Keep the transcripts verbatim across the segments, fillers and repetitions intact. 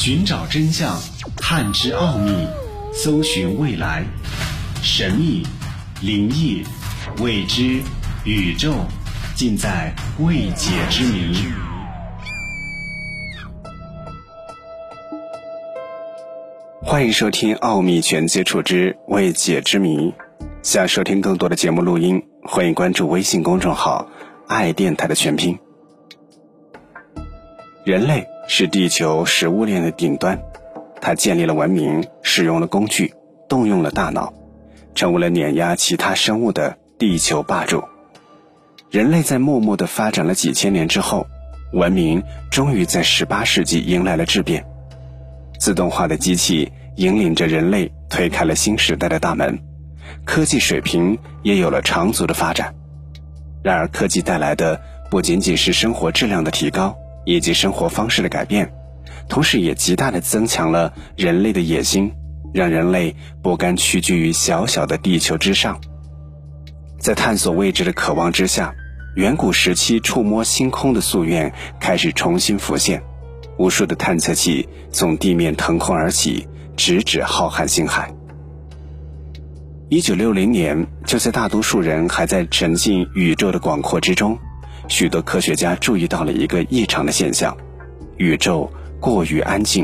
寻找真相，探知奥秘，搜寻未来。神秘、灵异、未知、宇宙，尽在未解之谜。欢迎收听《奥秘全接触之未解之谜》。想收听更多的节目录音，欢迎关注微信公众号“爱电台”的全拼。人类是地球食物链的顶端，它建立了文明，使用了工具，动用了大脑，成为了碾压其他生物的地球霸主。人类在默默地发展了几千年之后，文明终于在十八世纪迎来了质变。自动化的机器引领着人类推开了新时代的大门，科技水平也有了长足的发展。然而科技带来的不仅仅是生活质量的提高以及生活方式的改变，同时也极大地增强了人类的野心，让人类不甘屈居于小小的地球之上。在探索未知的渴望之下，远古时期触摸星空的夙愿开始重新浮现，无数的探测器从地面腾空而起，直指浩瀚星海。一九六零年，就在大多数人还在沉浸宇宙的广阔之中，许多科学家注意到了一个异常的现象：宇宙过于安静。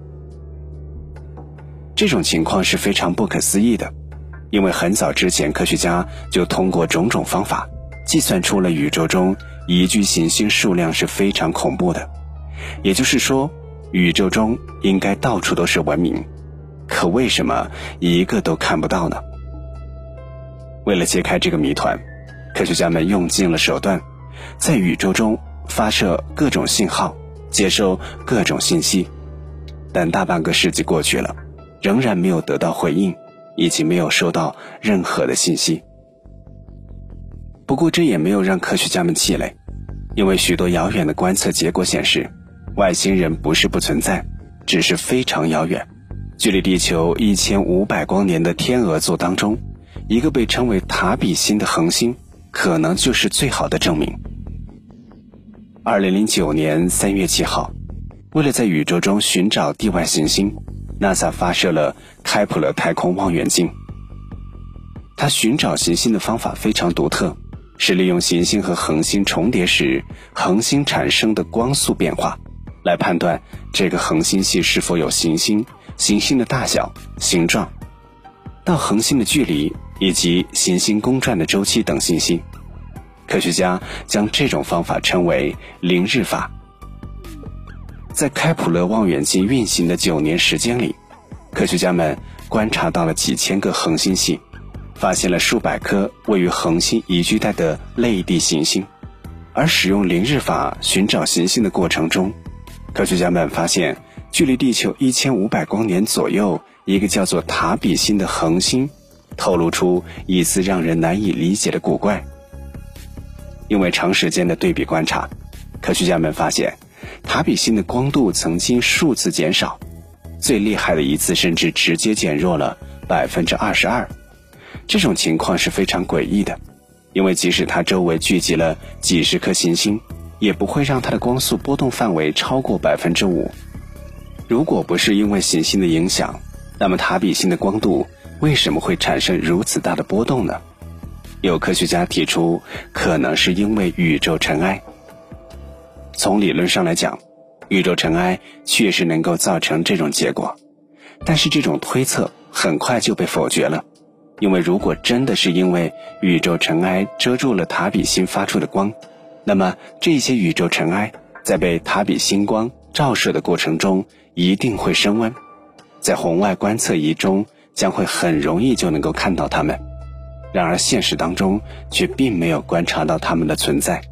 这种情况是非常不可思议的，因为很早之前科学家就通过种种方法计算出了宇宙中宜居行星数量是非常恐怖的，也就是说宇宙中应该到处都是文明，可为什么一个都看不到呢？为了揭开这个谜团，科学家们用尽了手段，在宇宙中发射各种信号，接收各种信息，但大半个世纪过去了，仍然没有得到回应，以及没有收到任何的信息。不过这也没有让科学家们气馁，因为许多遥远的观测结果显示，外星人不是不存在，只是非常遥远。距离地球一千五百光年的天鹅座当中，一个被称为塔比星的恒星可能就是最好的证明。二零零九年三月七号，为了在宇宙中寻找地外行星， NASA 发射了开普勒太空望远镜。它寻找行星的方法非常独特，是利用行星和恒星重叠时恒星产生的光速变化，来判断这个恒星系是否有行星、行星的大小、形状、到恒星的距离以及行星公转的周期等信息。科学家将这种方法称为凌日法。在开普勒望远镜运行的九年时间里，科学家们观察到了几千个恒星系，发现了数百颗位于恒星宜居带的类地行星。而使用凌日法寻找行星的过程中，科学家们发现距离地球一千五百光年左右一个叫做塔比星的恒星透露出一丝让人难以理解的古怪。因为长时间的对比观察，科学家们发现塔比星的光度曾经数次减少，最厉害的一次甚至直接减弱了 百分之二十二。 这种情况是非常诡异的，因为即使它周围聚集了几十颗行星，也不会让它的光速波动范围超过 百分之五。 如果不是因为行星的影响，那么塔比星的光度为什么会产生如此大的波动呢？有科学家提出，可能是因为宇宙尘埃。从理论上来讲，宇宙尘埃确实能够造成这种结果，但是这种推测很快就被否决了，因为如果真的是因为宇宙尘埃遮住了塔比星发出的光，那么这些宇宙尘埃在被塔比星光照射的过程中一定会升温，在红外观测仪中将会很容易就能够看到它们。然而现实当中却并没有观察到它们的存在。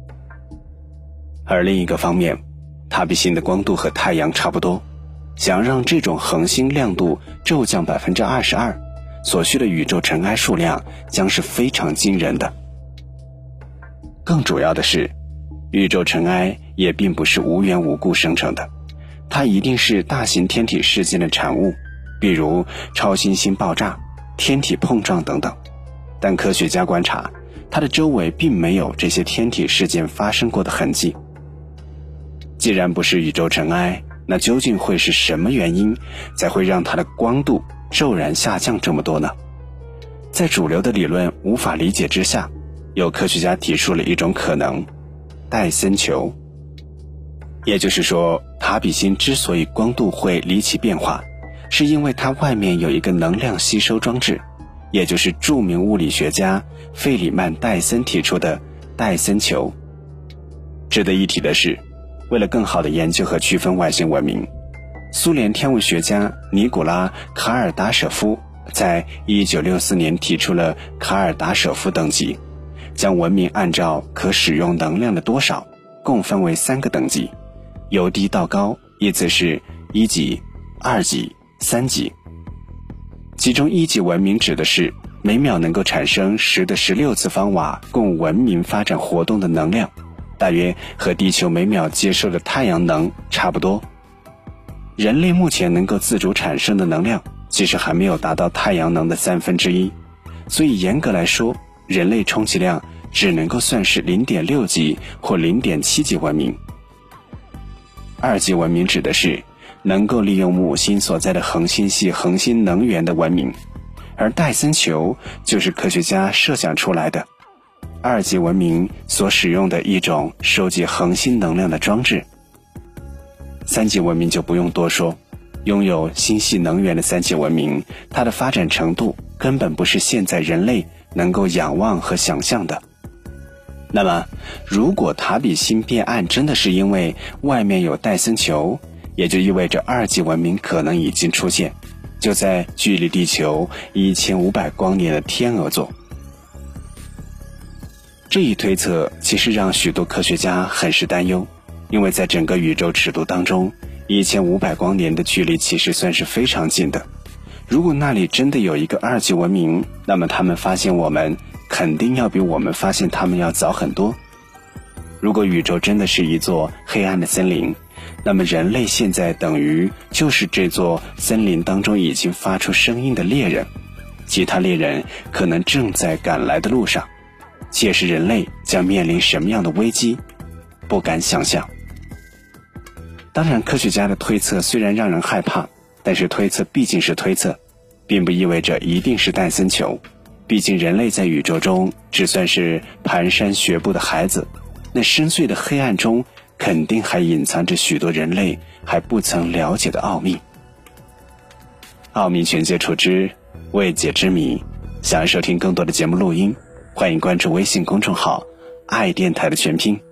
而另一个方面，塔比星的光度和太阳差不多，想让这种恒星亮度骤降 百分之二十二， 所需的宇宙尘埃数量将是非常惊人的。更主要的是，宇宙尘埃也并不是无缘无故生成的，它一定是大型天体事件的产物，比如超新星爆炸、天体碰撞等等。但科学家观察，它的周围并没有这些天体事件发生过的痕迹。既然不是宇宙尘埃， 那究竟会是什么原因才会让它的光度骤然下降这么多呢？在主流的理论无法理解之下，有科学家提出了一种可能，戴森球。也就是说，塔比星之所以光度会离奇变化，是因为它外面有一个能量吸收装置，也就是著名物理学家费里曼·戴森提出的戴森球。值得一提的是，为了更好地研究和区分外星文明，苏联天文学家尼古拉·卡尔达舍夫在一九六四年提出了卡尔达舍夫等级，将文明按照可使用能量的多少共分为三个等级，由低到高，依次是一级、二级、三级。其中一级文明指的是每秒能够产生十的十六次方瓦供文明发展活动的能量，大约和地球每秒接受的太阳能差不多。人类目前能够自主产生的能量其实还没有达到太阳能的三分之一，所以严格来说，人类充其量只能够算是 零点六级或 零点七级文明。二级文明指的是能够利用母星所在的恒星系恒星能源的文明，而戴森球就是科学家设想出来的二级文明所使用的一种收集恒星能量的装置。三级文明就不用多说，拥有星系能源的三级文明，它的发展程度根本不是现在人类能够仰望和想象的。那么，如果塔比星变暗真的是因为外面有戴森球，也就意味着二级文明可能已经出现，就在距离地球一千五百光年的天鹅座。这一推测其实让许多科学家很是担忧，因为在整个宇宙尺度当中，一千五百光年的距离其实算是非常近的。如果那里真的有一个二级文明，那么他们发现我们肯定要比我们发现他们要早很多。如果宇宙真的是一座黑暗的森林，那么人类现在等于就是这座森林当中已经发出声音的猎人，其他猎人可能正在赶来的路上。届时人类将面临什么样的危机，不敢想象。当然，科学家的推测虽然让人害怕，但是推测毕竟是推测，并不意味着一定是戴森球。毕竟人类在宇宙中只算是蹒跚学步的孩子，那深邃的黑暗中肯定还隐藏着许多人类还不曾了解的奥秘。奥秘全接触之未解之谜。想要收听更多的节目录音，欢迎关注微信公众号爱电台的全拼。